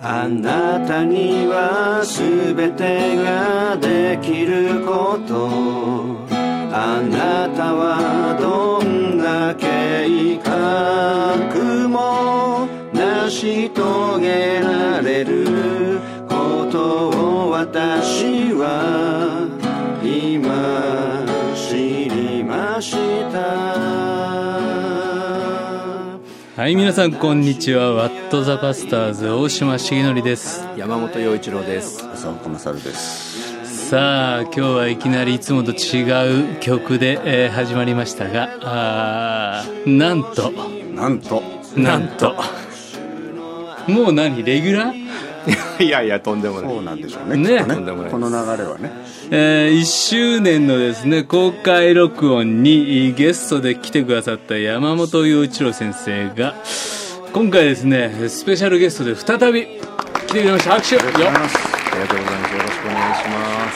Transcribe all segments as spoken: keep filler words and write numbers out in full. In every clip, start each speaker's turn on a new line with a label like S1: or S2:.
S1: あなたには全てができること、あなたはどんな計画も成し遂げられることを私は今知りました。
S2: はい、皆さんこんにちは。ワットザバスターズ大島重則です。
S3: 山本陽一郎です。
S1: 浅岡勝です。
S2: さあ今日はいきなりいつもと違う曲で、えー、始まりましたが、あなんと
S1: なんと
S2: なんともう何レギュラー
S3: いやいやとんでもない。
S1: そうなんでしょうね。
S2: ね、
S1: とんでもない。この流れはね、
S2: えー、いっしゅうねんのですね公開録音にゲストで来てくださった山本陽一郎先生が今回ですねスペシャルゲストで再び来てくれました。拍手。ありがとうございます。
S3: ありがとうございます。よろしくお願いします。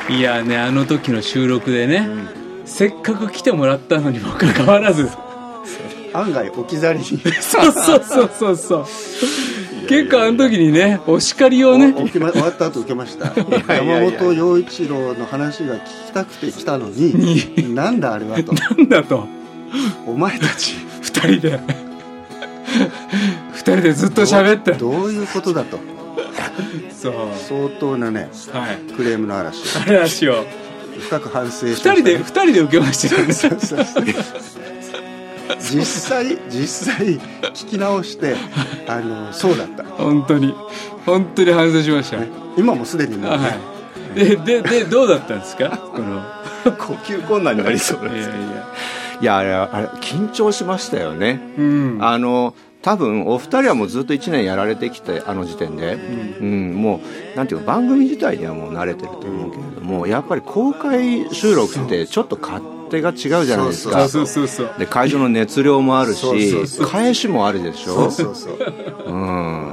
S2: いやね、あの時の収録でね、うん、せっかく来てもらったのにもかかわらず
S1: 案外置き去りに
S2: そうそうそうそうそう結構あの時にねお叱りをね
S1: 終わった後受けました。山本陽一郎の話が聞きたくて来たのになんだあれはと
S2: なんだと
S1: お前たち
S2: 二人で二人でずっと喋って
S1: どういうことだと
S2: そう
S1: 相当なね、はい、クレームの嵐
S2: 嵐を
S1: 深く反省しました、
S2: ね、二人で二人で受けましたよね。そうそうそう
S1: 実際実際聞き直してあのそうだった。
S2: 本当に本当に反省しました、ね、
S1: 今もすでにもう、ね、
S2: はい、でででどうだったんですかこの
S3: 呼吸困難になりそうです。いやいやいやあれあれ緊張しましたよね、うん、あの多分お二人はもうずっといちねんやられてきてあの時点で、うんうん、もうなんていうか番組自体にはもう慣れてると思うけれども、やっぱり公開収録ってちょっと勝手が違うじゃないですか。
S2: そうそうそうそう。
S3: で会場の熱量もあるしそうそうそう返しもあるでしょ。
S1: そうそうそう、うん、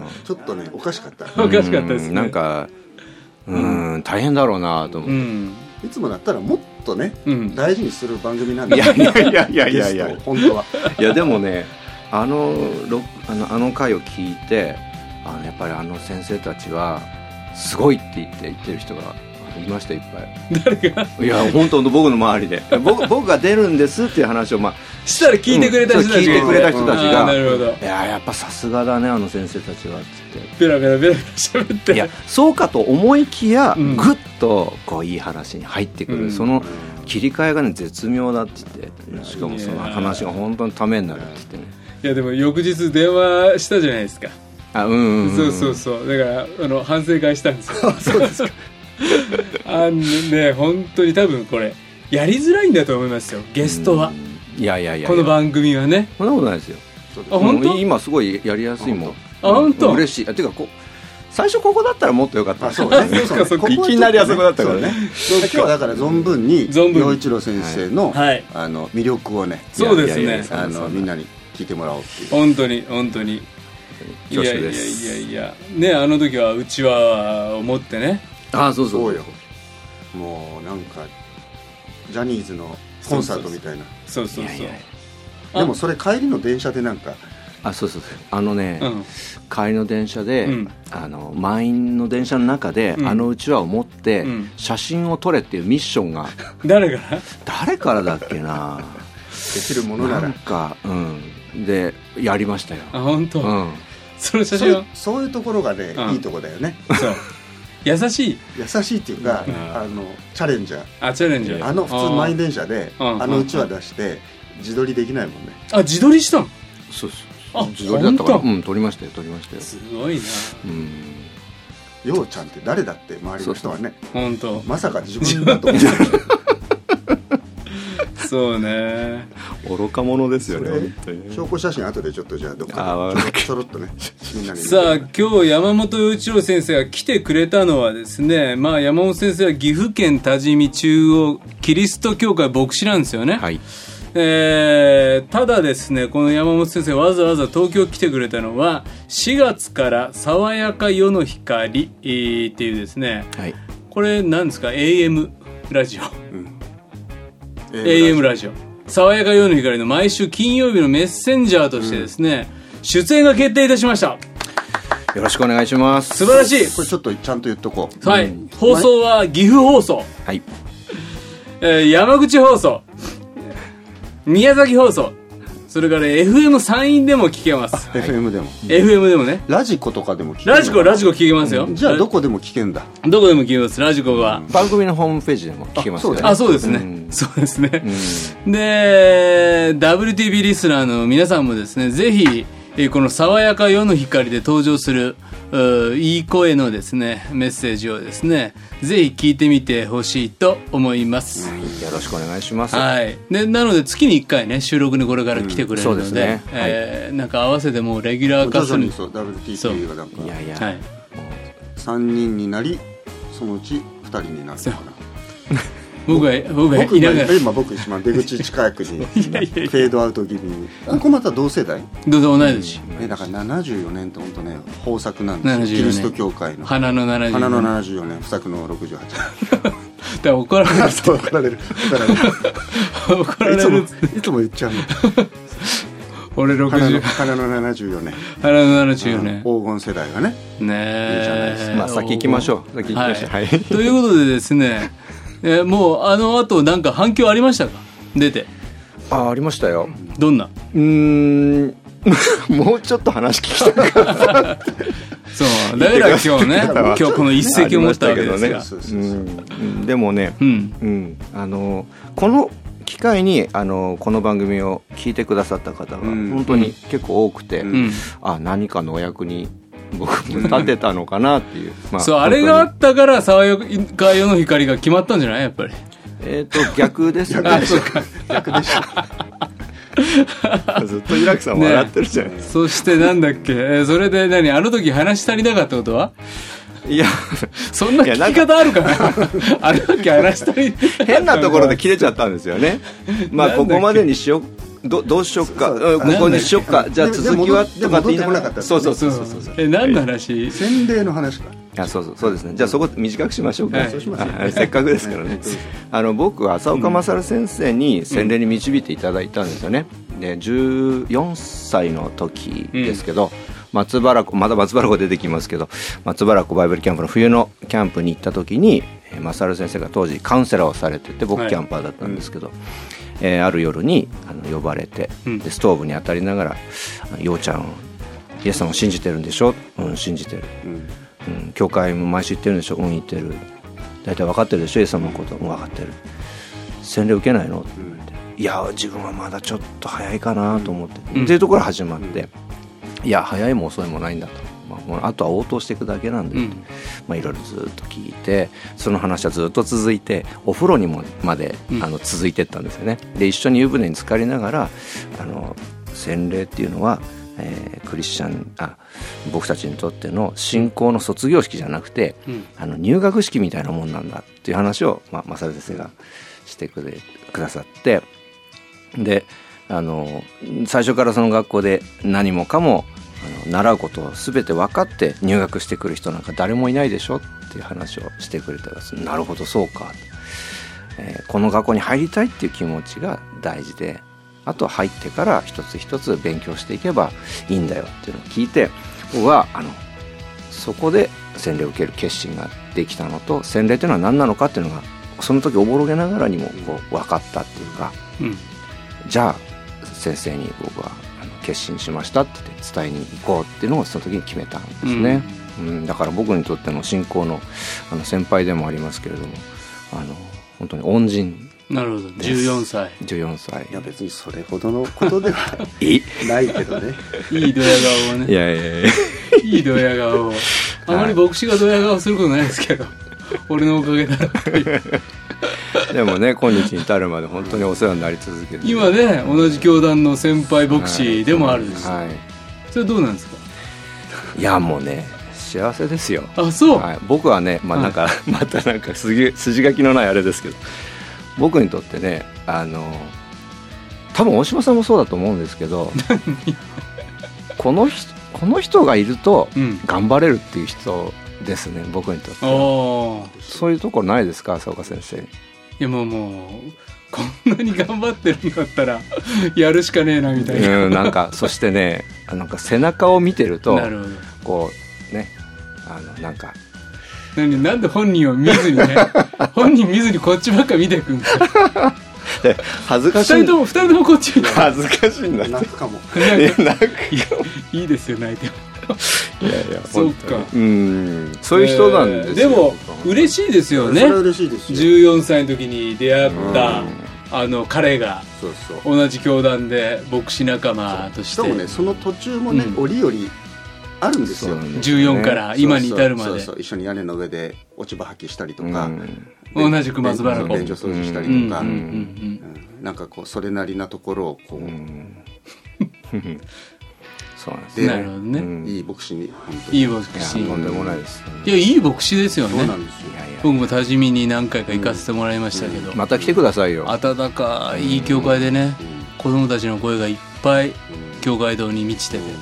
S1: ちょっとねおかしかった。
S2: おかしかったですね。
S3: なんかうん、うん、大変だろうなと思って、うん、
S1: いつもだったらもっとね、うん、大事にする番組なんだ。
S3: いやいやいやいやいやいや
S1: 本当はい
S3: やでもねあのあのあの回を聞いてあのやっぱりあの先生たちはすごいって言って言ってる人がいましたいっぱ
S2: い。誰が？
S3: いや本当僕の周りで僕僕が出るんですっていう話をまあ
S2: したら聞いてくれた人たちが、
S3: うん、聞いてくれた人たちが、
S2: うん、なるほど。
S3: いややっぱさすがだねあの先生たちはっつって
S2: ベラベラベラベラ喋って。
S3: いやそうかと思いきや、うん、ぐっとこういい話に入ってくる、うん、その切り替えがね絶妙だって言って、しかもその話が本当にためになるって言ってね。
S2: いやでも翌日電話したじゃないですか。
S3: あ、うんうんうん、
S2: そうそうそう。だからあの反省会したんですよ。
S1: そうですか。
S2: あのね本当に多分これやりづらいんだと思いますよゲストは。
S3: いやいやいや
S2: この番組はね。
S3: そんなことないですよ。
S2: あ本当？
S3: 今すごいやりやすいもん。
S2: あ本当？
S3: 嬉しい。あてかこ最初ここだったらもっと良かった。
S1: そうね。
S3: いきなりあそこだったからね。
S1: 今日はだから存分に陽一郎先生のあの魅力をね。
S2: そうですね。
S1: あのみんなに聞いてもらおうっていう。
S2: 本当に本当に。いやいやいやいやねあの時はうちは思ってね。
S3: ああそうそう。
S1: そうよ。もうなんかジャニーズのコンサートみたいな。
S2: そうそうそう。
S1: でもそれ帰りの電車でなんか。
S3: あそうそうあのね、うん、帰りの電車で、うん、あの満員の電車の中で、うん、あのうちわを持って、うん、写真を撮れっていうミッションが
S2: 誰から
S3: 誰からだっけな
S1: できるものなら
S3: なんか、うん、でやりましたよ。
S2: あ本当、うん、その写真は
S1: そ う, そういうところがね、うん、いいとこだよね。
S2: そう優しい
S1: 優しいっていうか、うん、あのチャレンジャー
S2: あチャレンジャー
S1: あの普通満員電車で あ, あのうちわ出して自撮りできないもんね。
S2: あ自撮りしたの？
S3: そうそうあ自撮りだったからうん撮りましたよ撮りましたよ。
S2: すごいな。
S1: うんようちゃんって誰だって周りの人はね
S2: 本当
S1: まさか自分だと思って
S2: そうね
S3: 愚か者ですよね。
S1: 証拠写真後でちょっとじゃあどっかでちょろっとねみんなに
S2: さあ今日山本陽一郎先生が来てくれたのはですねまあ山本先生は岐阜県多治見中央キリスト教会牧師なんですよね。
S3: はい
S2: えー、ただですねこの山本先生わざわざ東京来てくれたのはしがつから爽やか夜の光、えー、っていうですね、はい、これ何ですか エーエム ラジオ、うん、エーエム ラジオ爽やか夜の光の毎週金曜日のメッセンジャーとしてですね、うん、出演が決定いたしました。
S3: よろしくお願いします。
S2: 素晴らしい。
S4: これちょっとちゃんと言っとこう。
S2: はい、うん、放送は岐阜放送、
S3: はい、
S2: えー、山口放送、宮崎放送、それから エフエム 山陰でも聞けます。
S4: エフエム でも
S2: エフエム でもね、
S4: ラジコとかでも聞ける。
S2: ラジコラジコ聞けますよ、
S4: うん、じゃあどこでも聞けんだ。
S2: どこでも聞けます。ラジコは、うん、
S3: 番組のホームページでも聞けますよね。
S2: あ、そうですね、うん、そうですね、うん、で ダブリューティービー リスナーの皆さんもですね、ぜひこの爽やか夜の光で登場するいい声のですねメッセージをですね、ぜひ聞いてみてほしいと思います、
S3: うん、よろしくお願いします。
S2: はい、でなので月にいっかいね、収録にこれから来てくれるので、うん、そうですね、えーはい、なんか合わせてもうレギュラー化する。
S4: そう ダブリューティービー がなんか、
S3: いやいや、はい、
S4: さんにんになり、そのうちふたりになるのかな。
S2: 僕が僕がいながら、
S4: 今僕一番出口近くにフェードアウト気味に。ここまた同世代？
S2: どうぞ同い年。
S4: えだからななじゅうよねんって本当ね豊作なんですよ。キリスト教会の
S2: 花のななじゅうよねん。
S4: 花のななじゅうよねん、不作のろくじゅうはちねん。
S2: だから怒られる。
S4: 怒られる。怒られる。怒られる。いつも言っちゃうの。
S2: 俺ろくじゅう。
S4: 花のななじゅうよねん。
S2: 花のななじゅうよねん。
S4: 黄金世代がね。
S2: ねえ。
S3: まあ先行きましょう。先行きましょう。はい。
S2: ということでですね。えー、もうあの後なんか反響ありましたか？出て。
S3: あ、ありましたよ。
S2: どんな？
S3: うーんもうちょっと話聞きたかった
S2: そうだから今日ね今日この一席を持ったわけですが、ね、
S3: うん、でもね、うんうん、あのこの機会にあのこの番組を聞いてくださった方が本当に結構多くて、うん、あ、何かのお役に僕も立てたのかなっていう、まあ、
S2: そう、あれがあったから爽やか夜の光が決まったんじゃない？やっぱり
S3: えっ、ー、と逆ですね。
S2: あ、そうか、
S4: 逆でした
S3: ずっとイラクさん笑ってるじゃないですか、
S2: ね、そしてなんだっけ、えー、それで何、あの時話足りなかったことは？
S3: いや
S2: そんな聞き方あるかなあの時話足り
S3: 変なところで切れちゃったんですよね。まあここまでにしよう、ど, どうしよっか、ここにしよっか、じゃあ続きはとかって言いながら、そうそうそうそうそう。
S2: え、何の話？
S4: 洗礼の話か。
S3: あ、そうそうそうですね。じゃあそこ短くしましょうか。はい、そうしましょう。せっかくですからね。あの僕は浅岡勝先生に洗礼に導いていただいたんですよね。でじゅうよんさいの時ですけど、うん、松原湖、まだ松原湖出てきますけど、松原湖バイブルキャンプの冬のキャンプに行った時に、勝先生が当時カウンセラーをされてて、僕キャンパーだったんですけど、はい、えー、ある夜にあの呼ばれて、うん、でストーブに当たりながら「ようちゃんイエス様を信じてるんでしょ？」うん、信じてる、うんうん、教会も毎週行ってるんでしょ？うん、行ってる。大体分かってるでしょイエス様のこと？うん、分かってる。洗礼受けないの？って言って、いや自分はまだちょっと早いかなと思って、うん、っていうところから始まって、うん、いや早いも遅いもないんだと、まあ、もうあとは応答していくだけなんで、うん、まあ、いろいろずっと聞いて、その話はずっと続いてお風呂にもまで、うん、あの続いていったんですよね。で一緒に湯船に浸かりながら、あの洗礼っていうのは、えー、クリスチャンあ僕たちにとっての信仰の卒業式じゃなくて、うん、あの入学式みたいなもんなんだっていう話を、まあ、マサル先生がしてくれくださって、であの最初からその学校で何もかもあの習うことを全て分かって入学してくる人なんか誰もいないでしょっていう話をしてくれたら、なるほどそうか、えー、この学校に入りたいっていう気持ちが大事で、あとは入ってから一つ一つ勉強していけばいいんだよっていうのを聞いて、僕はあのそこで洗礼を受ける決心ができたのと、洗礼というのは何なのかっていうのがその時おぼろげながらにもこう分かったっていうか、うん、じゃあ先生に僕はあの決心しましたって言って伝えに行こうっていうのをその時に決めたんですね、うんうん、だから僕にとっての信仰 の, あの先輩でもありますけれども、あの本当に恩人。
S2: なるほど。じゅうよんさい。
S3: じゅうよんさい。
S4: いや別にそれほどのことではないけどね。
S2: いいドヤ顔をね。
S3: いやいやいや。
S2: いいドヤ顔を。あまり牧師がドヤ顔することないですけど、俺のおかげだっていう。
S3: でもね、今日に至るまで本当にお世話になり続けて、
S2: 今ね、同じ教団の先輩牧師でもあるんです、はいはい、それどうなんですか？
S3: いやもうね、幸せですよ。
S2: あ、そう、
S3: はい、僕はね、まあなんか、はい、またなんか筋筋書きのないあれですけど、僕にとってね、あの多分大島さんもそうだと思うんですけどこの人この人がいると頑張れるっていう人ですね、うん、僕にとっては。そういうところないですか、浅岡先生？い
S2: やもうもうこんなに頑張ってるんだったらやるしかねえなみたいな、
S3: うん、なんかそしてね、なんか背中を見てると、
S2: なるほど、
S3: こねあのなんか
S2: 何なんで本人を見ずにね本人見ずにこっちばっか見てくんだ
S3: で恥ずかしい
S2: 二人とも二人ともこっち
S3: 恥ずかしいんだ
S4: 泣くかも
S3: 泣く
S2: いいいいですよ泣いても
S3: いやいや
S2: そうか
S3: うんそういう人なんですよ、
S2: えー、でも嬉しいですよね。
S4: それは嬉しいですよ。
S2: じゅうよんさいの時に出会ったあの彼が
S4: そうそう
S2: 同じ教団で牧師仲間として
S4: しかもねその途中もね、うん、折々あるんですよ、
S2: ね、じゅうよんから今に至るまで。
S4: そうそうそう一緒に屋根の上で落ち葉吐きしたりとか、
S2: うん、同じく松原湖
S4: 便所掃除したりとか、うんうんうん、なんかこうそれなりなところをこう、うん
S3: そうなんですね。
S2: なるほどね、
S4: うん、いい牧師に本当に
S2: いい牧師
S3: いやとんでもないです、ね、
S2: いやいい牧師ですよね。
S4: そうなんですよ。
S2: 僕も多治見に何回か行かせてもらいましたけど、
S3: うんうん、また来てくださいよ。
S2: 温かいい教会でね、うん、子供たちの声がいっぱい教会堂に満ちてて、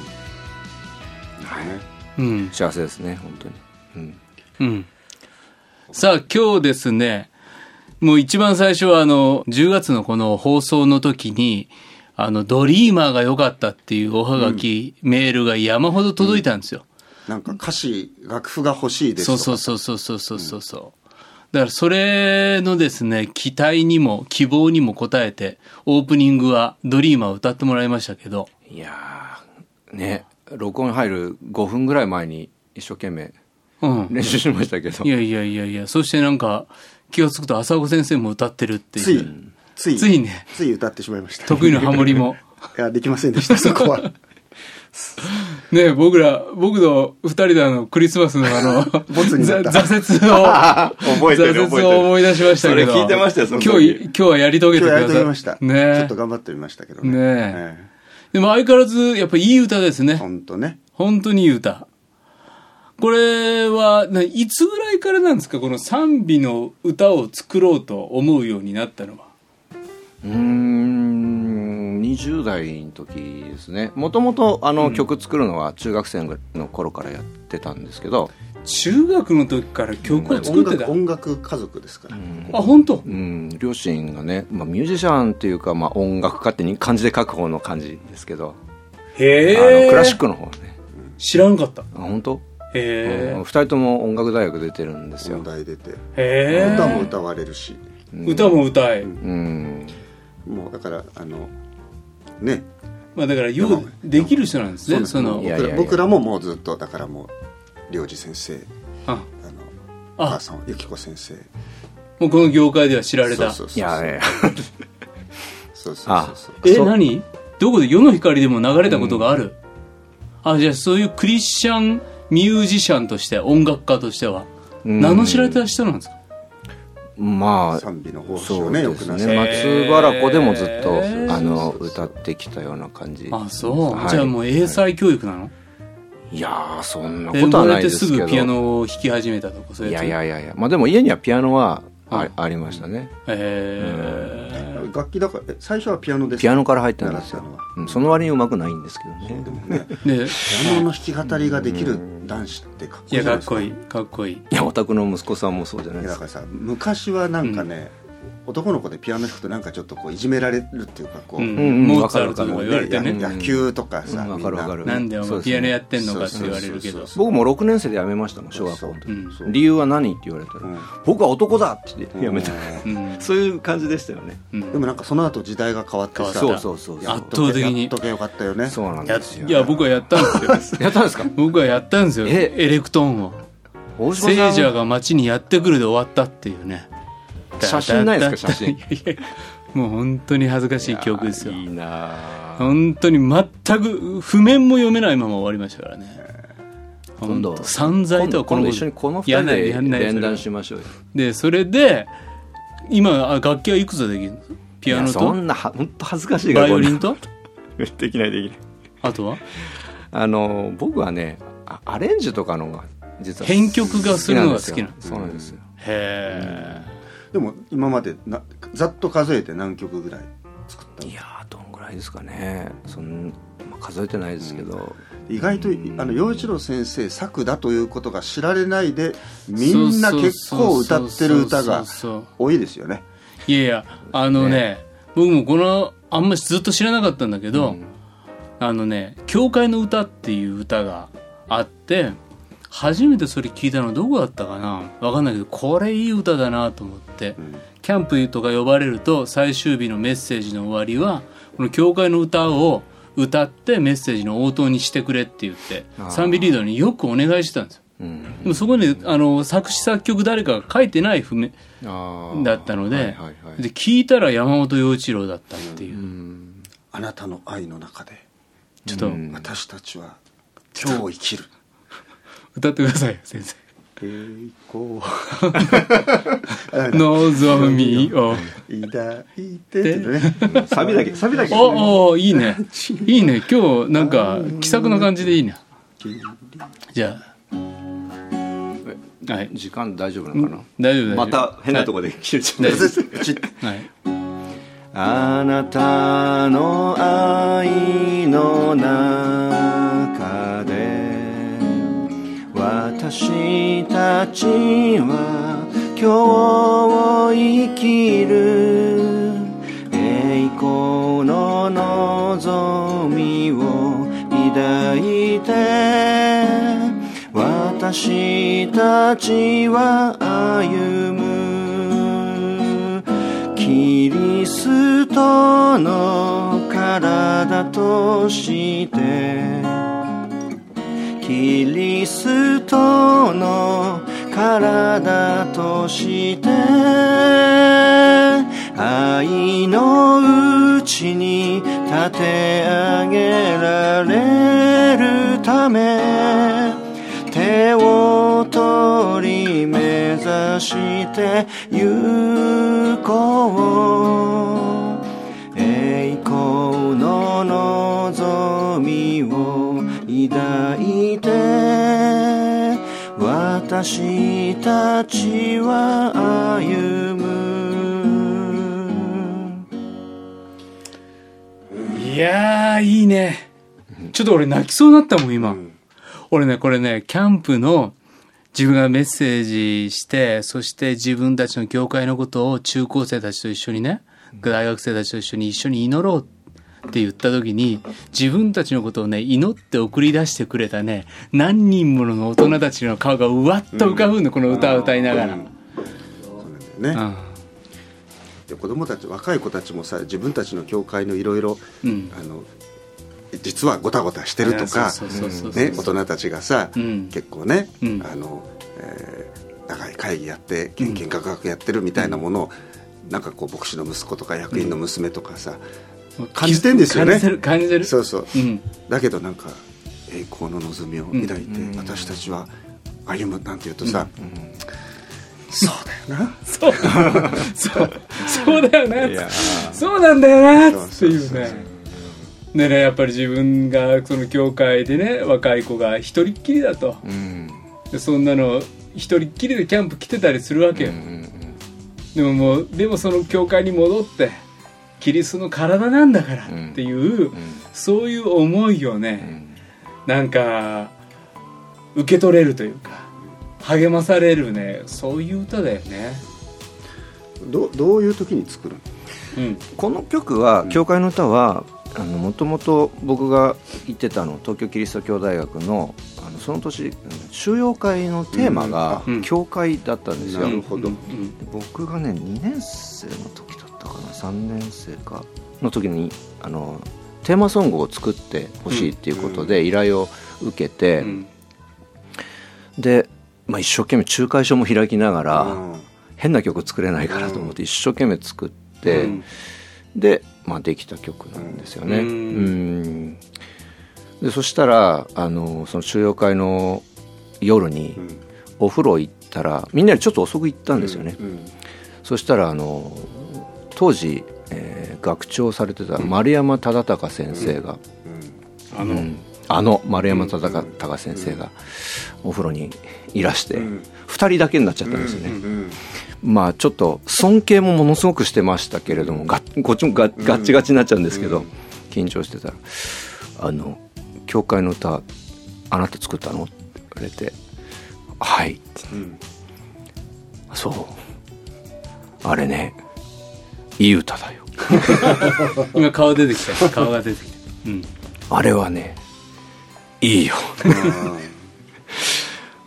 S3: うんうん、幸せですね本当に、うん
S2: うん、さあ今日ですねもう一番最初はあのじゅうがつのこの放送の時にあのドリーマーが良かったっていうおはがき、うん、メールが山ほど届いたんですよ、
S4: うん、なんか歌詞楽譜が欲しいですとか
S2: そうそうそうそうそうそうそう、うん、だからそれのですね期待にも希望にも応えてオープニングはドリーマーを歌ってもらいましたけど、
S3: いやーね録音入るごふんぐらい前に一生懸命練習しましたけど、
S2: うん、いやいやいやいやそしてなんか気がつくと浅子先生も歌ってるっていう
S4: ついつい
S2: ついね
S4: つい歌ってしまいました
S2: 得意のハモリも
S4: いやできませんでしたそこは
S2: ね僕ら僕の二人であのクリスマスのあの
S4: ボツになった
S2: 挫折を
S3: 覚えてる
S2: 挫折を思い出しましたけど
S3: それ聞いてましたよその時
S2: 今日今日はやり遂げてください。
S4: 今日やり遂げました、
S2: ね、
S4: ちょっと頑張ってみましたけどね、
S2: ね
S4: ええ、
S2: でも相変わらずやっぱりいい歌ですね。
S4: 本当ね
S2: 本当にいい歌。これはいつぐらいからなんですかこの賛美の歌を作ろうと思うようになったのは。
S3: うーんにじゅう代の時ですね。もともとあの、うん、曲作るのは中学生の頃からやってたんですけど、
S2: 中学の時から曲を作ってた、
S4: うん、音楽、音楽家族ですから、うん、
S2: あ本当、
S3: うん、両親がね、まあ、ミュージシャンっていうか、まあ、音楽家って漢字で書く方の感じですけど、
S2: へ
S3: ーあのクラシックの方ね
S2: 知らんかった。
S3: あ本当
S2: へー、
S3: うん、ふたりとも音楽大学出てるんですよ。
S4: 音大出て
S2: へー
S4: 歌も歌われるし、
S2: うん、歌も歌え、
S3: うん
S4: うん、もうだからあのね
S2: まあだからよくできる人なんですね。その
S3: いやいやいや
S4: 僕らももうずっとだからもう良二先生
S2: あ
S4: あのお母さん由紀子先生
S2: もうこの業界では知られた。
S3: いやいや
S4: そうそうそうそう
S2: え何どこで世の光でも流れたことがある、うん、あじゃあそういうクリスチャンミュージシャンとして音楽家としては名の知られた人なんですか。
S3: まあ
S4: 賛美の方針をねよくなさ
S3: 松原湖でもずっとあの歌ってきたような感じ。
S2: あそう、はい、じゃあもう英才教育なの、はい、
S3: いやーそんなことはないですけど。
S2: 生まれてすぐピアノを弾き始めたとかそういうやつ。
S3: いやいやいやまあでも家にはピアノは あ,、ありましたね。
S2: へえ、
S4: うん、楽器だから最初はピアノです。
S3: ピアノから入ったんですよ、うん、その割にうまくないんですけどね。
S4: でもねねピアノの弾き語りができる男子ってかっこいいじゃないですか。
S2: いやかっこいいかっこいい。
S3: いやお宅の息子さんもそうじゃないですか。
S4: だからさ昔はなんかね、うん、男の子でピアノ弾くとなんかちょっとこういじめられるっていうかこう、
S2: うんうん、モーツァルトとか言われてね、
S4: 野球とかさ、
S3: うん、分かる分かる。
S2: なんでお前ピアノやってんのかって言われるけど、
S3: 僕もろくねん生で辞めましたもん小学校の時、うん、理由は何って言われたら、うん、僕は男だって言って辞めた、うん、そういう感じでしたよね、
S4: うん、でもなんかその後時代が変わってさ、
S3: そうそうそう
S2: 圧倒的に
S4: やっとけよかったよね。
S3: そうなんですよ。
S2: いや僕はやったんですよ
S3: やったんですか。
S2: 僕はやったんですよエレクトーンを。セイジャーが街にやってくるで終わったっていうね。
S3: 写真ないですか写真。
S2: いやいやもう本当に恥ずかしい記憶ですよ。
S3: いいな
S2: 本当に全く譜面も読めないまま終わりましたからね。
S3: 今度
S2: 散財とはこの
S3: 今度一緒にこのふたりで連弾しましょうよ。
S2: でそれで今楽器はいくつできるの。ピアノと
S3: そんな本当恥ずかしい
S2: バイオリンと
S3: できないできない。
S2: あとは
S3: あの僕はねアレンジとかのが実は
S2: 編曲がするのが好きなの。
S3: そうなんですよ。
S2: へえ。
S4: でも今までなざっと数えて何曲ぐらい作ったの。
S3: いやどんぐらいですかね。そん、まあ、数えてないですけど、
S4: うん、意外とあの陽一郎先生作だということが知られないでみんな結構歌ってる歌が多いですよね。
S2: いやいやあのね、ね僕もこのあんまりずっと知らなかったんだけど、うん、あのね教会の歌っていう歌があって初めてそれ聞いたのはどこだったかな、分かんないけど、これいい歌だなと思って、うん、キャンプとか呼ばれると最終日のメッセージの終わりはこの教会の歌を歌ってメッセージの応答にしてくれって言って賛美リーダーによくお願いしてたんですよ、うん、でもそこにあの作詞作曲誰かが書いてない譜面だったので、はいはいはい、で聞いたら山本陽一郎だったっていう、うん、
S4: あなたの愛の中で
S2: ちょっと、うん、
S4: 私たちは今日生きる
S2: 歌ってください先生。
S4: 栄光
S2: 望みを
S4: 抱いてね、サビだけサビだけ、
S2: おおいいねいいね、今日なんか気さくな感じでいいね。じゃあ、はい、
S3: 時間大丈夫なのかな、
S2: 大丈夫、
S3: また変なところで切れちゃう、
S2: はい、
S1: あなたの愛の中で私たちは今日を生きる、栄光の望みを抱いて私たちは歩む、キリストの体としてキリストの体として愛のうちに立て上げられるため手を取り目指して行こう、栄光の望みを抱いて私たちは歩む。
S2: いやーいいね。ちょっと俺泣きそうになったもん今、うん、俺ねこれねキャンプの自分がメッセージして、そして自分たちの教会のことを中高生たちと一緒にね、大学生たちと一緒に一緒に祈ろうって言った時に、自分たちのことをね祈って送り出してくれたね何人もの大人たちの顔がうわっと浮かぶんだ、うん、この歌を歌いながら、うん、
S4: そうなんだよね、うん、子供たち若い子たちもさ、自分たちの教会のいろいろ実はごたごたしてるとか、大人たちがさ、うん、結構ね、うん、あの、えー、長い会議やって献金価格やってるみたいなものを、うん、なんかこう牧師の息子とか役員の娘とかさ、うん、感じてんですよね。
S2: 感じてる感じてる。
S4: そうそう、うん、だけどなんか栄光の望みを抱いて、うん、私たちは歩むなんて言うとさ、うんうん、そうだよな
S2: そうそうそうだよなそうなんだよなっていうね。でね、やっぱり自分がその教会でね若い子が一人っきりだと、うん、でそんなの一人っきりでキャンプ来てたりするわけよ、うんうんうん、でももうでもその教会に戻ってキリストの体なんだからっていう、うんうん、そういう思いをね、うん、なんか受け取れるというか励まされるね、そういう歌だよね。
S4: ど, どういう時に作る
S3: の、うん、この曲は教会の歌はもともと僕が行ってたの東京キリスト教大学 の, あのその年修養会のテーマが教会だったんですよ、うん、なるほど、うん、僕がねにねん生の時だったかなさんねん生かの時にあのテーマソングを作ってほしいっていうことで依頼を受けて、うん、で、まあ、一生懸命仲介書も開きながら、うん、変な曲作れないからと思って一生懸命作って、うん、でまあ、できた曲なんですよね、うん、うんでそしたらあのその修養会の夜にお風呂行ったらみんなでちょっと遅く行ったんですよね、うんうん、そしたらあの当時、えー、学長されてた丸山忠敬先生が、うんうん、あの、うん、あの丸山忠敬先生がお風呂にいらして、うん、ふたりだけになっちゃったんですよね、うんうんうん、まあちょっと尊敬もものすごくしてましたけれども、がこっちもガッ、ガッチガチになっちゃうんですけど、緊張してたらあの教会の歌あなた作ったのって言われてはい、うん、そうあれねいい歌だよ
S2: 今顔出てきた顔が出てきた、うん、
S3: あれはねいいよ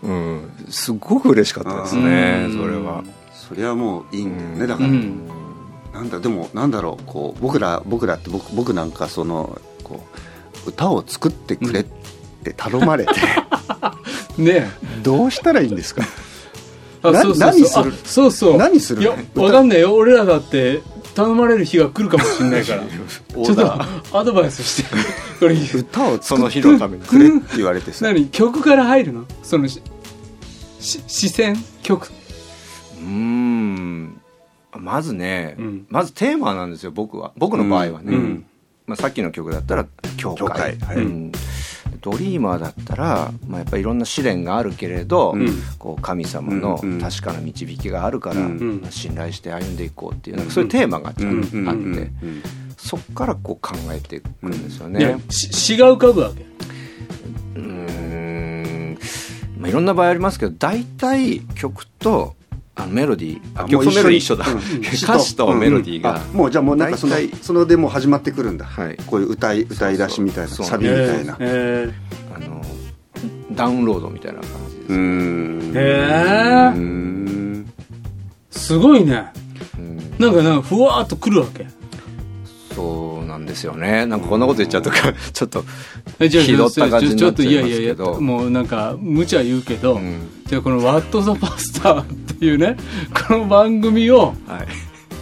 S3: うん、すごく嬉しかったですね、それは。
S4: それはもういいんだよね、だから、うん、なんだでもなんだろう、こう僕ら僕らって 僕, 僕なんかそのこう歌を作ってくれって頼まれて、うん、ねどうしたらいいんですか。
S2: あそうそうそう
S4: 何する
S2: そうそう
S4: 何する
S2: いや分かんないよ、俺らだって頼まれる日が来るかもしれないからちょっとアドバイスしてこれ
S4: 歌をその日のためにくれって言われてさ
S2: 何曲から入るの、そのし視線曲。
S3: うーんまずね、うん、まずテーマなんですよ、僕は僕の場合はね、うんうんまあ、さっきの曲だったら教会、教会はいうん、ドリーマーだったら、まあ、やっぱりいろんな試練があるけれど、うん、こう神様の確かな導きがあるから、うんまあ、信頼して歩んでいこうっていう、なんかそういうテーマがちゃんとあって、うん、そこからこう考えていくんですよね、
S2: うん、詩が浮かぶわけ。
S3: うーん、まあ、いろんな場合ありますけど、大体曲とあのメロディー、曲とメロディー一緒だ、うん、歌詞とメロディーが、
S4: うんうん、もうじゃあもうなんかそのそのでもう始まってくるんだ、はい、こういう歌い歌い出しみたいな、サビみたいな、
S3: えー、あのダウンロードみたいな感じです。うーん
S2: へーうんすごいね、うん、なんかなんかふわーっとくるわけ。
S3: そうなんですよね。なんかこんなこと言っちゃうとかちょっとひどった感じになっちゃいますけど、ちょっといやいやいや
S2: もうなんか無茶言うけど、うん、じゃあこの What the Pastor っていうねこの番組を、はい、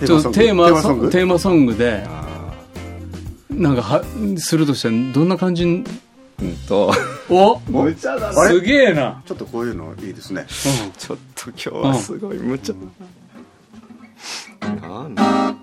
S2: ちょっとテーマテーマソングテーマソングでなんかはするとしたらどんな感じに、
S3: うんと
S2: お無茶だな、すげえな。
S4: ちょっとこういうのいいですね、
S3: うん、ちょっと今日はすごい無茶、うん、なんだ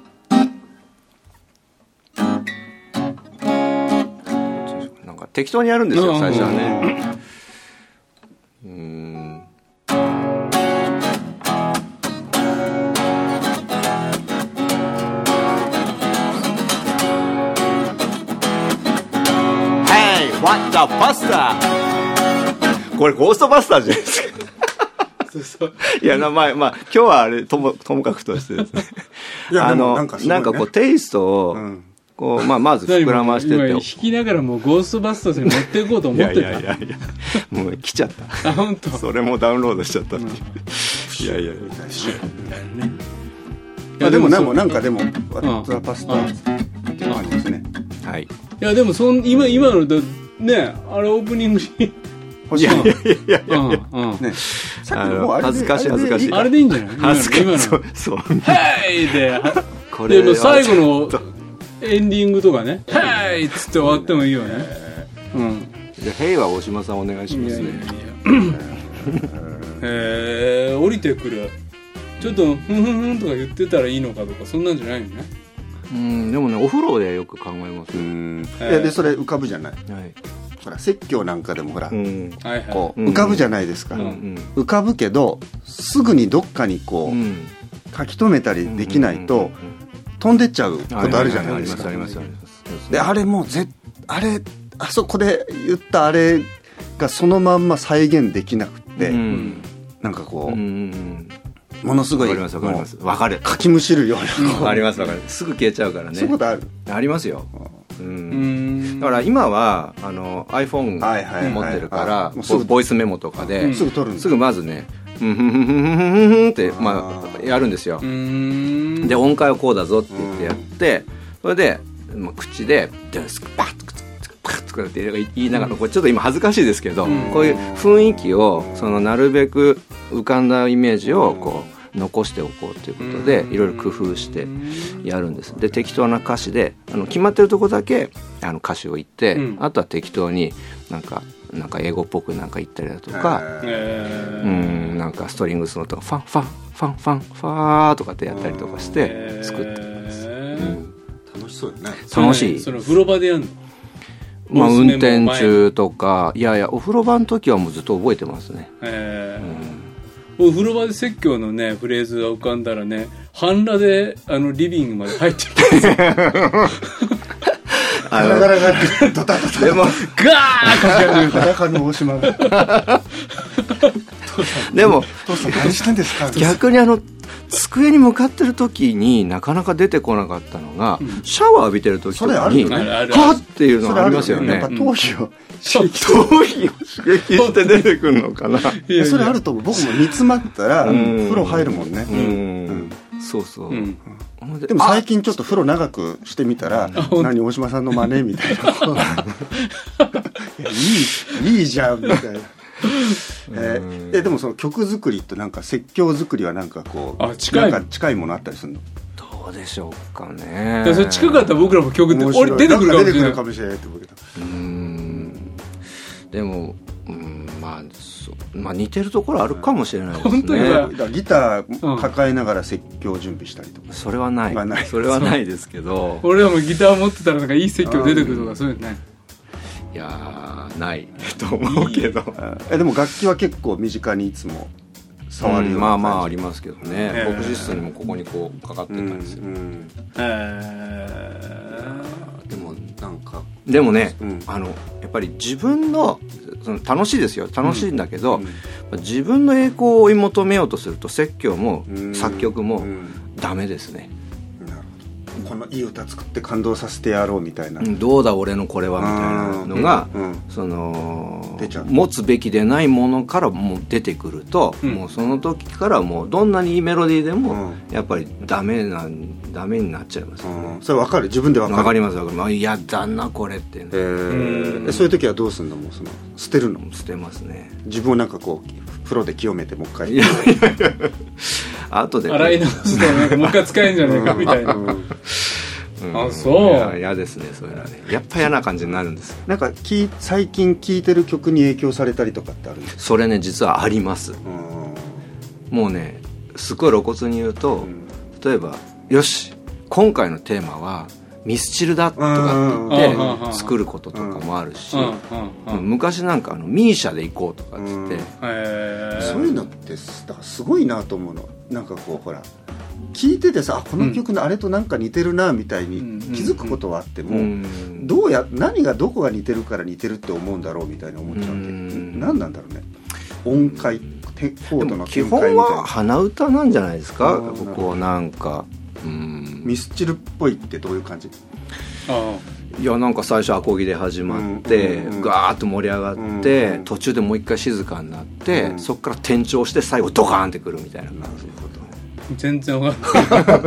S3: 適当にやるんですよ、最初はね。うーん。Hey, what the Buster? これゴーストバスターじゃないですか。そうそういやな、まあ、まあ、今日はあれともともかくとしてですね。いやあのなんか、ね、なんかこうテイストを、うんこうまあ、まず膨らましてって
S2: 弾きながらもうゴーストバスターズに持っていこうと思ってた。いやいやいやいや
S3: もう来ちゃった。
S2: あ本当。
S3: それもダウンロードしちゃったっていう、うん、いやいやいやね、
S4: いやでもなんなんかでもワッツアパスタっていう感じですね。
S2: はい。いやでもそん今今のだねあれオープニングに
S3: いやいやいやいや、うんうん
S2: ね、
S3: さっきのもう恥ずかしい恥ずかしい
S2: あれでいいんじゃない？
S3: 恥ずかしい今の
S2: そう
S3: そう
S2: ヘイでこれで最後のエンディングとかねヘイっつって終わってもいいよね。うん。
S3: じゃあヘイは大島さんお願いしますね。いやいやいや
S2: えー、降りてくるちょっとふんふんふんとか言ってたらいいのかとかそんなんじゃないのね。
S3: うんでもねお風呂でよく考えます。うん、
S4: えー、でそれ浮かぶじゃない。はい。ほら説教なんかでもほら、うん、こう浮かぶじゃないですか、うんうん、浮かぶけどすぐにどっかにこう、うん、書き留めたりできないと、うんうんうんうん、飛んでっちゃうことあるじゃないですか。
S3: ありますありますあります。
S4: であれもうぜあれあそこで言ったあれがそのまんま再現できなくて、うん、なんかこう、うんうん、ものすごい
S3: わかりますわかりますわかる
S4: かきむしるような
S3: わかりますわかるすぐ消えちゃうからね。
S4: そういうことある
S3: ありますよ。うん、だから今はあの iPhone 持ってるからボイスメモとかで、うん、
S4: すぐ撮るんです。
S3: すぐまずねふんふんふんふんふんふんってまあやるんですよ。で音階はこうだぞって言ってやってそれで、まあ、口でデスクパッとパッとかって言いながらこれちょっと今恥ずかしいですけどこういう雰囲気をそのなるべく浮かんだイメージをこう残しておこうということでいろいろ工夫してやるんです。で適当な歌詞であの決まってるとこだけあの歌詞を言って、うん、あとは適当になんかなんか英語っぽくなんか言ったりだとか、えー、うんなんかストリングスのとかファンファンファンファンファーとかってやったりとかして作ってます、えーうん、
S4: 楽しそうだね。
S3: 楽しい。
S2: それ風呂場でやるの？
S3: まあ、運転中とかいやいやお風呂場の時はもうずっと覚えてますね。え
S2: ーうん、お風呂場で説教のねフレーズが浮かんだらね半裸であのリビングまで入ってきて
S4: ガラガラガラドタドタ
S2: でもガーッ
S4: 裸の大島が
S3: でも
S4: 父さん何してんですか。
S3: 逆にあの机に向かってる時になかなか出てこなかったのが、うん、シャワー浴びてる時とかにはっっていうのがありますよね。
S4: やっぱ頭皮を
S3: 刺激頭皮を刺激して出てくるのかな。
S4: いやそれあると思う。僕も煮詰まったら風呂入るもんね。うん
S3: うん、そうそう、うん、
S4: でも最近ちょっと風呂長くしてみたら何大島さんの真似みたいないやいいいいじゃんみたいな。えー、えでもその曲作りとなんか説教作りはなんかこう
S2: あ近い
S4: なんか近いものあったりするの？
S3: どうでしょうかね。
S2: それ近かったら僕らも曲って俺出てくるかもしれない。
S4: 出てくるかもしれないって思うけど。
S3: うーんでもうんまあまあ似てるところあるかもしれないですね。
S2: 本当に
S4: だからギター抱えながら説教準備したりとか、
S3: うん、それはない、まあ、ないそれはないですけど
S2: 俺はもうギター持ってたらなんかいい説教出てくるとかそういうのね。
S3: いやーないと思うけど
S4: えでも楽器は結構身近にいつも触るような感じ、
S3: うん、まあまあありますけどね。牧師室にもここにこうかかってたんですよ、うんうん、
S2: え
S3: ー、でもなんかでもね、うん、あのやっぱり自分のその楽しいですよ楽しいんだけど、うんうん、自分の栄光を追い求めようとすると説教も、うん、作曲もダメですね。
S4: このいい歌作って感動させてやろうみたいな、
S3: うん、どうだ俺のこれはみたいなのが、うんうん、その出ちゃう持つべきでないものからもう出てくると、うん、もうその時からもうどんなにいいメロディーでも、うん、やっぱりダメなダメになっちゃいますよね、
S4: うん、それ分かる自分で分かる
S3: 分かります分かります。いやだなこれって、ね、
S4: えー、そういう時はどうするの？もうその捨てるの？
S3: 捨てますね。
S4: 自分をなんかこう風呂で清めてもう一回
S3: いやいやいや後で
S2: 洗い直すとなんかもう一回使えんじゃないかみたいな、うんうん、あそう
S3: 嫌ですねそういうのはね。やっぱ嫌な感じになるんですよ。
S4: なんかき最近聴いてる曲に影響されたりとかってあるんですか？
S3: それね実はあります、うん、もうねすごい露骨に言うと、うん、例えばよし今回のテーマはミスチルだとかって言って作ることとかもあるし、昔なんかあのミーシャで行こうとかって言って、うん
S4: えー、そういうのってだからすごいなと思うの。なんかこうほら聞いててさあこの曲のあれとなんか似てるなみたいに気づくことはあっても、うん、どうや何がどこが似てるから似てるって思うんだろうみたいに思っちゃうわけ、うん、何なんだろうね。音階コードの
S3: 基本は鼻歌なんじゃないですか。こうなんかうん
S4: ミスチルっぽいってどういう感じ？
S2: あ
S3: いやなんか最初アコギで始まって、うんうんうん、ガーッと盛り上がって、うんうん、途中でもう一回静かになって、うん、そこから転調して最後ドカーンってくるみたいな感じのこと。
S2: 全然わかんない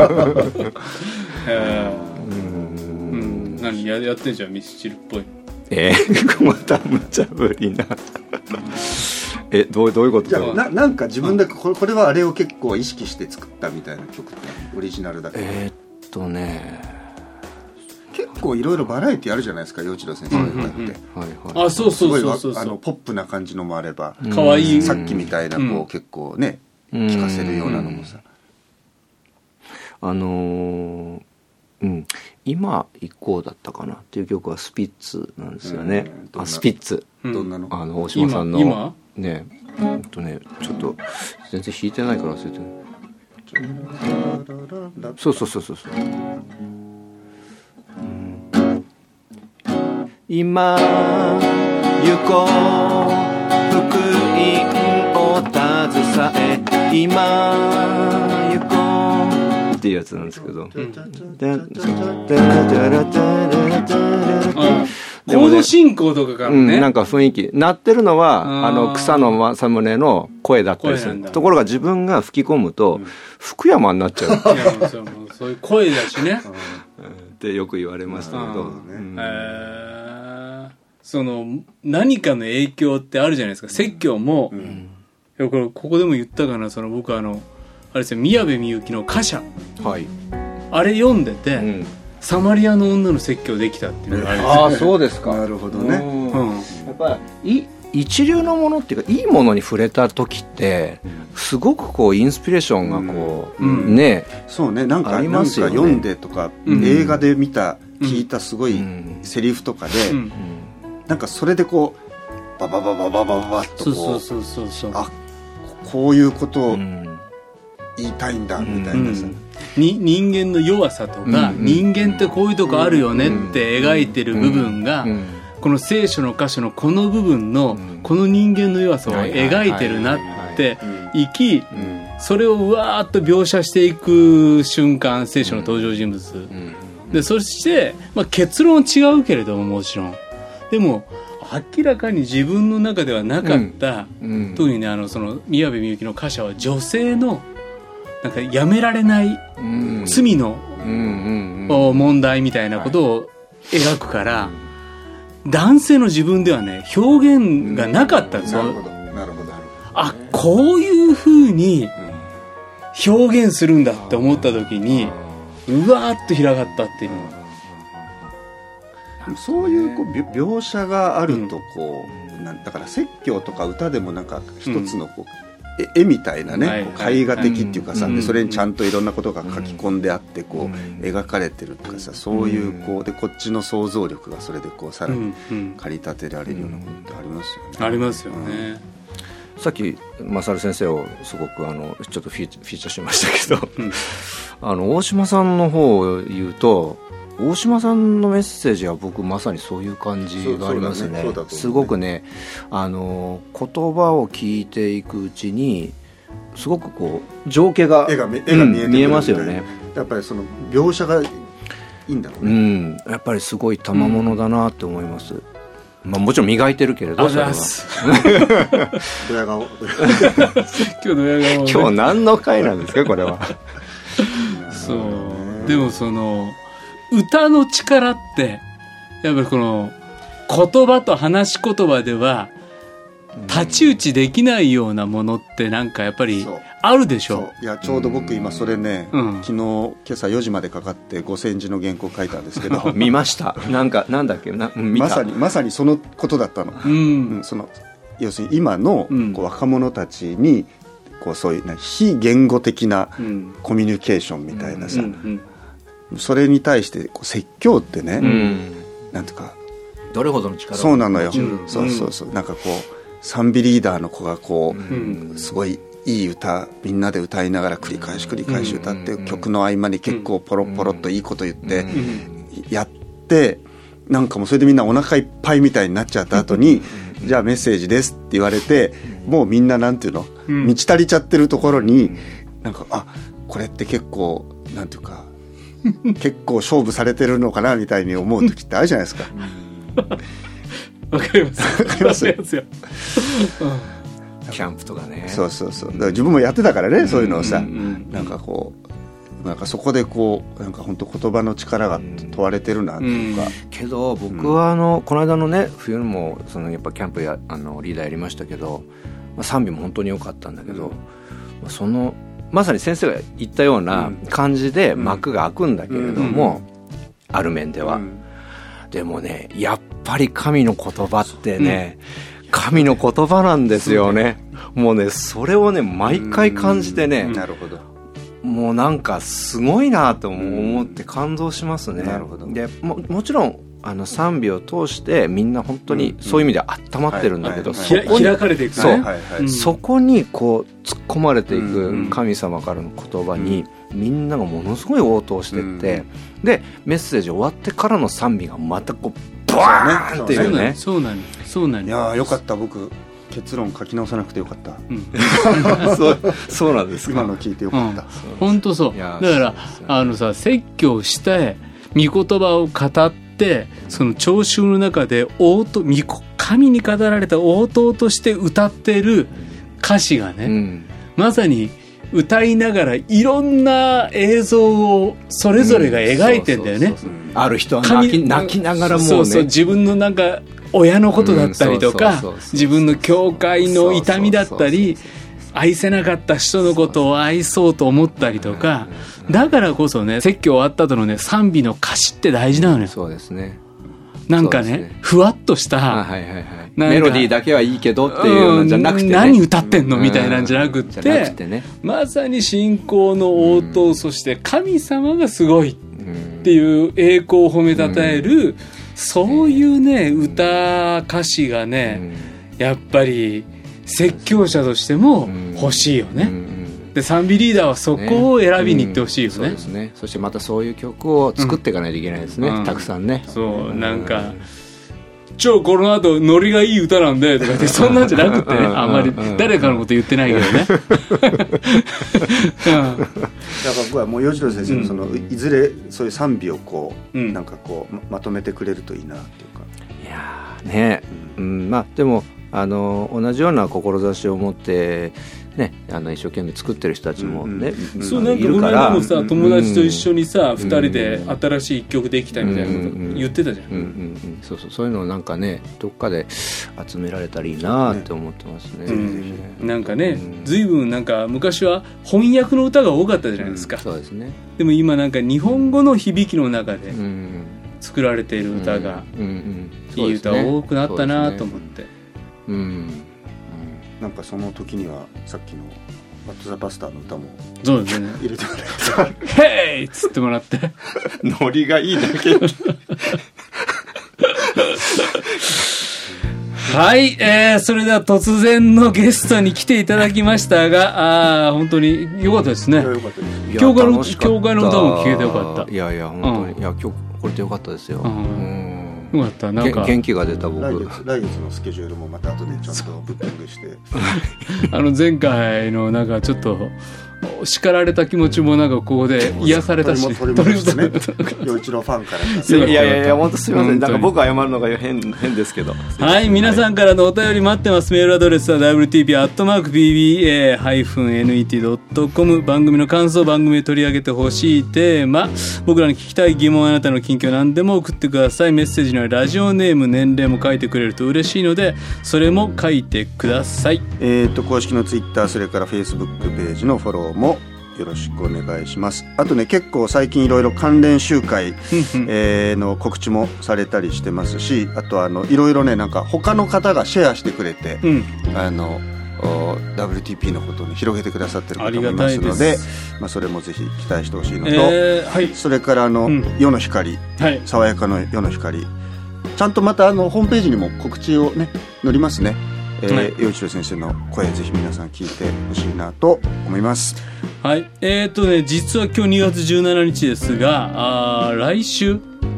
S2: えー、うん、何 や, やってんじゃんミスチルっぽい。
S3: えー、また無茶ぶりなえ ど, うどういうこと？
S4: じゃあ な, なんか自分でこれ、これはあれを結構意識して作ったみたいな曲ってオリジナルだけど。
S3: えー、っとね
S4: 結構いろいろバラエティあるじゃないですか陽一郎先生の歌って、うんうんうん
S2: はいはい、あそうそうそうそうそう
S4: あのポップな感じのもあれば
S2: かわいい
S4: さっきみたいなこう、うん、結構ね聴かせるようなのもさ、
S3: うん、あのーうん、今行こうだったかなっていう曲はスピッツなんですよね、うん、あスピッツ、
S4: うん、どんなの？
S3: あの大島さんの
S2: 今
S3: ねえっとねちょっと全然弾いてないから忘れてる。そうそうそうそうそう、うん、今行こう福音を携え今行こうっていうやつなんですけど、うん、
S2: コード進行とかからね、
S3: うん、なんか雰囲気鳴ってるのはあの草野正宗の声だったりする。ところが自分が吹き込むと、うん、福山になっちゃう。いや
S2: そうそういう声だしね
S3: ってよく言われましたけど、うん、
S2: えー、その何かの影響ってあるじゃないですか。説教も、うん、いやこれここでも言ったかな。その僕はあのあれですよ宮部みゆきの歌詞、はい、あれ読んでて、うん、サマリアの女の説教できたっていうのがあるんですよ。
S3: ああそうですか。
S4: なるほどね、
S3: うん、やっぱり一流のものっていうかいいものに触れた時ってすごくこうインスピレーションがこう、うん、ね
S4: そうねなんかありますよね。なんか読んでとか、うん、映画で見た、うん、聞いたすごいセリフとかで、うん、なんかそれでこうババババババババッとこう
S2: そうそうそうそう
S4: あこういうことを言いたいんだみたいなさ、うん
S2: に人間の弱さとか、うん、人間ってこういうとこあるよねって描いてる部分が、うんうん、この聖書の箇所のこの部分の、うん、この人間の弱さを描いてるなって生きそれをうわーっと描写していく瞬間、聖書の登場人物、うん、でそして、まあ、結論は違うけれどももちろんでも明らかに自分の中ではなかった、うんうん、特にねあのその宮部みゆきの歌詞は女性のなんかやめられない罪の問題みたいなことを描くから、男性の自分ではね表現がなかったんですよ。
S4: なるほどなるほど。
S2: あ、こういう風に表現するんだって思った時にうわーっと広がったっていうのは、
S4: そういうこう描写があるとこう、なんだから説教とか歌でもなんか一つのこう、うん、絵みたいなね、はい、絵画的っていうかさ、うん、でそれにちゃんといろんなことが書き込んであってこう、うん、描かれてるとかさ、そういうこうでこっちの想像力がそれでこうさらに駆り立てられるようなことってありますよね。
S2: ありますよね。
S3: うん、さっき勝先生をすごくあのちょっとフィーチャーしましたけど、うん、あの大島さんの方を言うと、大島さんのメッセージは僕まさにそういう感じがありますね。
S4: そうそうだね、
S3: すごくね、あの言葉を聞いていくうちにすごくこう情景が
S4: 絵が、絵が見えてくる、うん、
S3: 見えますよね。
S4: やっぱりその描写がいいんだろうね、
S3: うん、やっぱりすごい賜物だなって思います、うん。まあ、もちろん磨いてるけれど、それは
S4: ドヤ顔
S2: 今日ドヤ顔、ね、
S3: 今日何の回なんですかこれは。
S2: そうでもその歌の力ってやっぱりこの言葉と話し言葉では太刀打ちできないようなものってなんかやっぱりあるでしょ。
S4: ういやちょうど僕今それね、うん、昨日今朝よじまでかかってごせんじの原稿書いたんですけど
S3: 見ました。なんかなんだっけな、見た。
S4: まさにまさにそのことだったの、うんうん、その要するに今のこう若者たちにこうそういう非言語的なコミュニケーションみたいなさ、うんうんうん、それに対してこう説教ってね、うん、なんていうか
S3: どれほどの力を、
S4: そうなのよ、うん、そうそうそう、なんかこう賛美リーダーの子がこう、うん、すごいいい歌みんなで歌いながら繰り返し繰り返し歌って、うん、曲の合間に結構ポロポロっといいこと言ってやって、なんかもうそれでみんなお腹いっぱいみたいになっちゃった後にじゃあメッセージですって言われて、もうみんななんていうの、満ち足りちゃってるところになんか、あ、これって結構なんていうか結構勝負されてるのかなみたいに思う時ってあるじゃないですか。
S2: わかります。わかりますよ。
S3: キャンプとかね。
S4: そうそうそう。だから自分もやってたからね、そういうのをさ、うんうん、なんかこう、なんかそこでこう、なんか本当言葉の力が問われてるなとか。うん、
S3: けど僕はあの、うん、この間のね冬もそのやっぱキャンプやあのリーダーやりましたけど、まあ、賛美も本当に良かったんだけど、うん、そのまさに先生が言ったような感じで幕が開くんだけれども、うん、ある面では。うんでもね、やっぱり神の言葉ってね、うん、神の言葉なんですよね。もうね、それをね毎回感じてね、
S4: なるほど、
S3: もうなんかすごいなと思って感動しますね。
S4: なるほど。
S3: で も, もちろんあの賛美を通してみんな本当にそういう意味では温まってるんだけど、
S2: 開かれていくね。
S3: そう、はいはい、そこにこう突っ込まれていく神様からの言葉に、うん、みんながものすごい応答していって、うん、でメッセージ終わってからの賛美がまたこうバーンっていうね。
S2: そうなんそうなん。
S4: いやよかった、僕結論書き直さなくてよかった、
S3: うん、そうそうなんですか。
S4: 今の聞いてよかった。
S2: 本当、うん、そうだからあのさ、説教して御言葉を語ってその聴衆の中で応答、神に語られた応答として歌ってる歌詞がね、うん、まさに歌いながらいろんな映像をそれぞれが描いてんだよね。
S3: ある人は泣き、泣きながらもうね、
S2: そうそう、自分のなんか親のことだったりとか、自分の教会の痛みだったり、愛せなかった人のことを愛そうと思ったりとか、だからこそね、説教終わった後のね賛美の歌詞って大事なのよ。
S3: そうですね。
S2: なんか ね, ねふわっとした、
S3: はいはいはい、メロディーだけはいいけどっていうのじゃなくて、ね、
S2: 何歌ってんのみたいなんじゃなくって、なくてね、まさに信仰の応答、そして神様がすごいっていう栄光を褒めたたえる、そういうね歌歌詞がね、やっぱり説教者としても欲しいよね。で賛美リーダーはそこを選びに行ってほしいよね。
S3: そうですね。そしてまたそういう曲を作っていかないといけないですね、うん、たくさんね。
S2: そう、なんか超この後ノリがいい歌なんでとか言ってそんなんじゃなくてねあんまり誰かのこと言ってないけどねだから
S4: 僕はもう洋次郎先生のその、うん、いずれそういう賛美をこう、うん、なんかこう ま, まとめてくれるといいなっていうか
S3: いやね、うんうん、まあでもあの同じような志を持ってね、あの一生懸命作ってる人たちもね、
S2: うんうん、そうなんかこの間もさ友達と一緒にさ、うん、ふたりで新しい一曲できたみたいなこと言ってたじゃん、うんうんうん、
S3: そうそうそういうのをなんかねどっかで集められたらいいなって思ってますね、
S2: うん、なんかね、うん、随分なんか昔は翻訳の歌が多かったじゃないですか、うん、
S3: そうですね。
S2: でも今なんか日本語の響きの中で作られている歌がいい歌多くなったなと思って、うんうんうん
S4: なんかその時にはさっきのバッドザバスターの歌も
S2: そうですね
S4: 入れてもらって
S2: ヘイっつってもらって
S4: ノリがいいだけ
S2: はい、えー、それでは突然のゲストに来ていただきましたがあ本当に良かったですね。
S4: 良かったです。
S2: 教会の教会の歌も聴けて良かった。
S3: いやいや本当に、うん、いや今日これで良かったですよ、うんうん
S2: よかったなんか
S3: 元気が出た僕。
S4: 来月、来月のスケジュールもまた後でちゃんとブッキングして
S2: あの前回のなんかちょっと叱られた気持ちもなんかここで癒されたし
S4: 鳥もですね陽一郎ファンから
S3: いやいやいや本当すみませんなんか僕謝るのが 変, 変ですけど
S2: はい皆さんからのお便り待ってます。メールアドレスは ダブリューティーピー アットマーク ビービーエー ハイフン エヌイーティー ドットコム 番組の感想番組で取り上げてほしいテーマ僕らに聞きたい疑問あなたの近況何でも送ってください。メッセージにはラジオネーム年齢も書いてくれると嬉しいのでそれも書いてください。
S4: えーと公式のツイッターそれからフェイスブックページのフォローもよろしくお願いします。あとね結構最近いろいろ関連集会、えー、の告知もされたりしてますしあとあのいろいろねなんか他の方がシェアしてくれて、うん、あの ダブリューティーピー のことを、ね、広げてくださってる方もいますので、まあ、それもぜひ期待してほしいのと、
S2: えーはい、
S4: それからあの、うん、夜の光、はい、爽やかの夜の光ちゃんとまたあのホームページにも告知をね載りますね。えーはい、陽一郎先生の声ぜひ皆さん聞いてほしいなと思います。
S2: はいえーとね実は今日にがつじゅうしちにちですがあ来週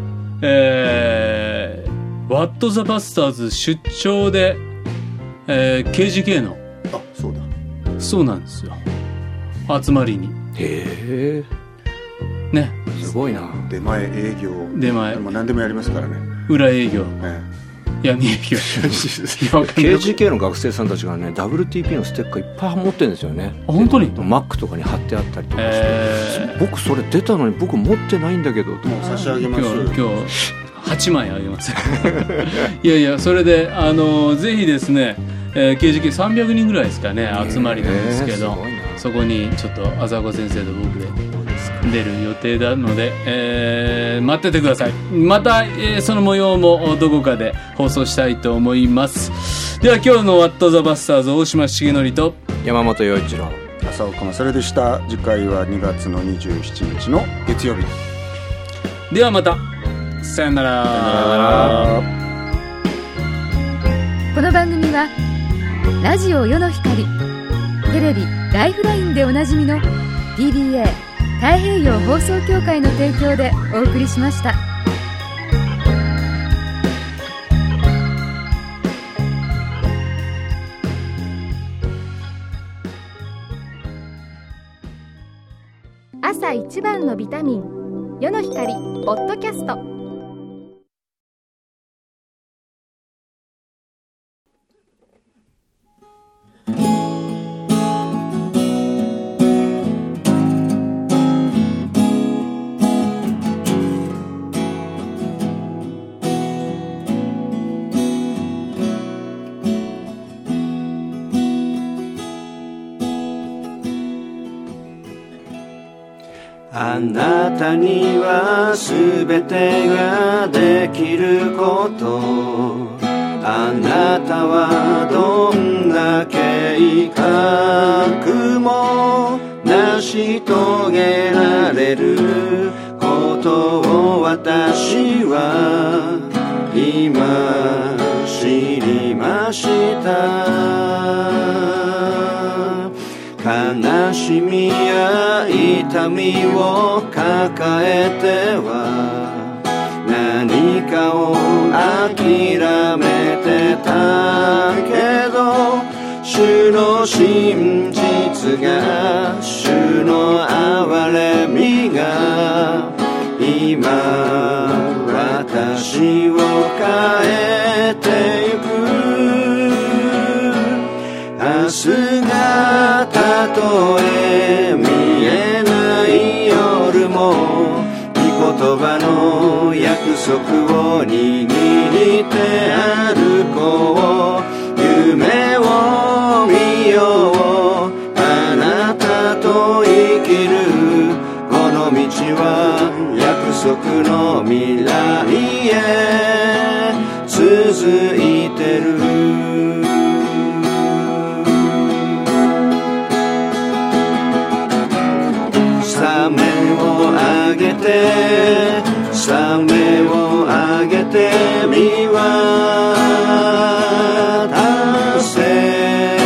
S2: えー、ワットザバスターズ出張で、えー、ケージーケー の
S4: あそうだ
S2: そうなんですよ集まりに
S3: へ
S2: えね
S3: すごいな
S4: 出前営業
S2: 出前
S4: もう何でもやりますからね
S2: 裏営業、
S4: ね
S2: 闇営業ケ
S3: ージーケー の学生さんたちがね ダブリューティーピー のステッカーいっぱい持ってるんですよね。
S2: 本当に
S3: マックとかに貼ってあったりとかして、えー、僕それ出たのに僕持ってないんだけどもう
S4: 差し上げます
S2: 今日今日はちまいあげますいやいやそれであのぜひですね、えー、ケージーケーさんびゃくにんぐらいですかね集まりなんですけど、えー、そこにちょっと浅子先生と僕で出る予定なので、えー、待っててください。また、えー、その模様もどこかで放送したいと思います。では今日のワットザバスターズ大島重則と
S3: 山本陽一郎
S4: 浅岡勝でした。次回はにがつのにじゅうしちにちの月曜日
S2: ではまたさよなら。
S5: この番組はラジオ世の光テレビライフラインでおなじみの ティービーエー太平洋放送協会の提供でお送りしました。朝一番のビタミン世の光ポッドキャスト。
S1: あなたにはすべてができること、あなたはどんな計画も成し遂げられることを私は今知りました。悲しみや痛みを抱えては何かを諦めてたけど主の真実が主の憐れみが今私を変えてゆく明日がたとえ見えない夜も御言葉の約束を握って歩こう夢を見ようあなたと生きるこの道は約束の未来へ続いてるサメをあげてサメをあげて見渡せ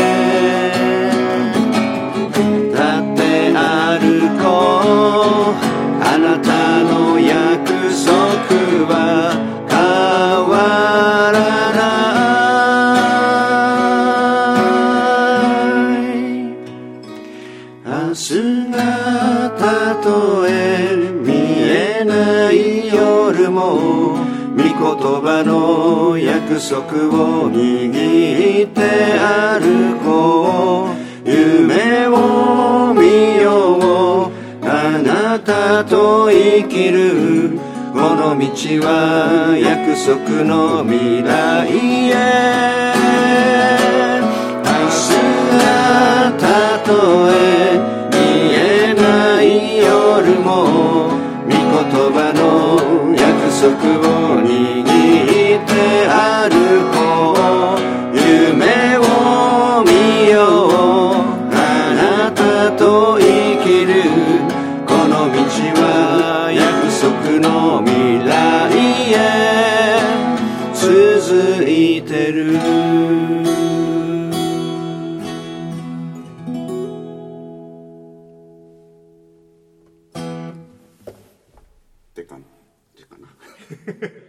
S1: 立って歩こうあなたの約束は変わらない明日がたとえ見えない夜も御言葉の約束を握って歩こう夢を見ようあなたと生きるこの道は約束の未来へ明日がたとえ見えない夜も御言葉の約束を握って歩こう夢を見ようあなたと生きるこの道は約束の未来へ続いてる
S4: って感じかな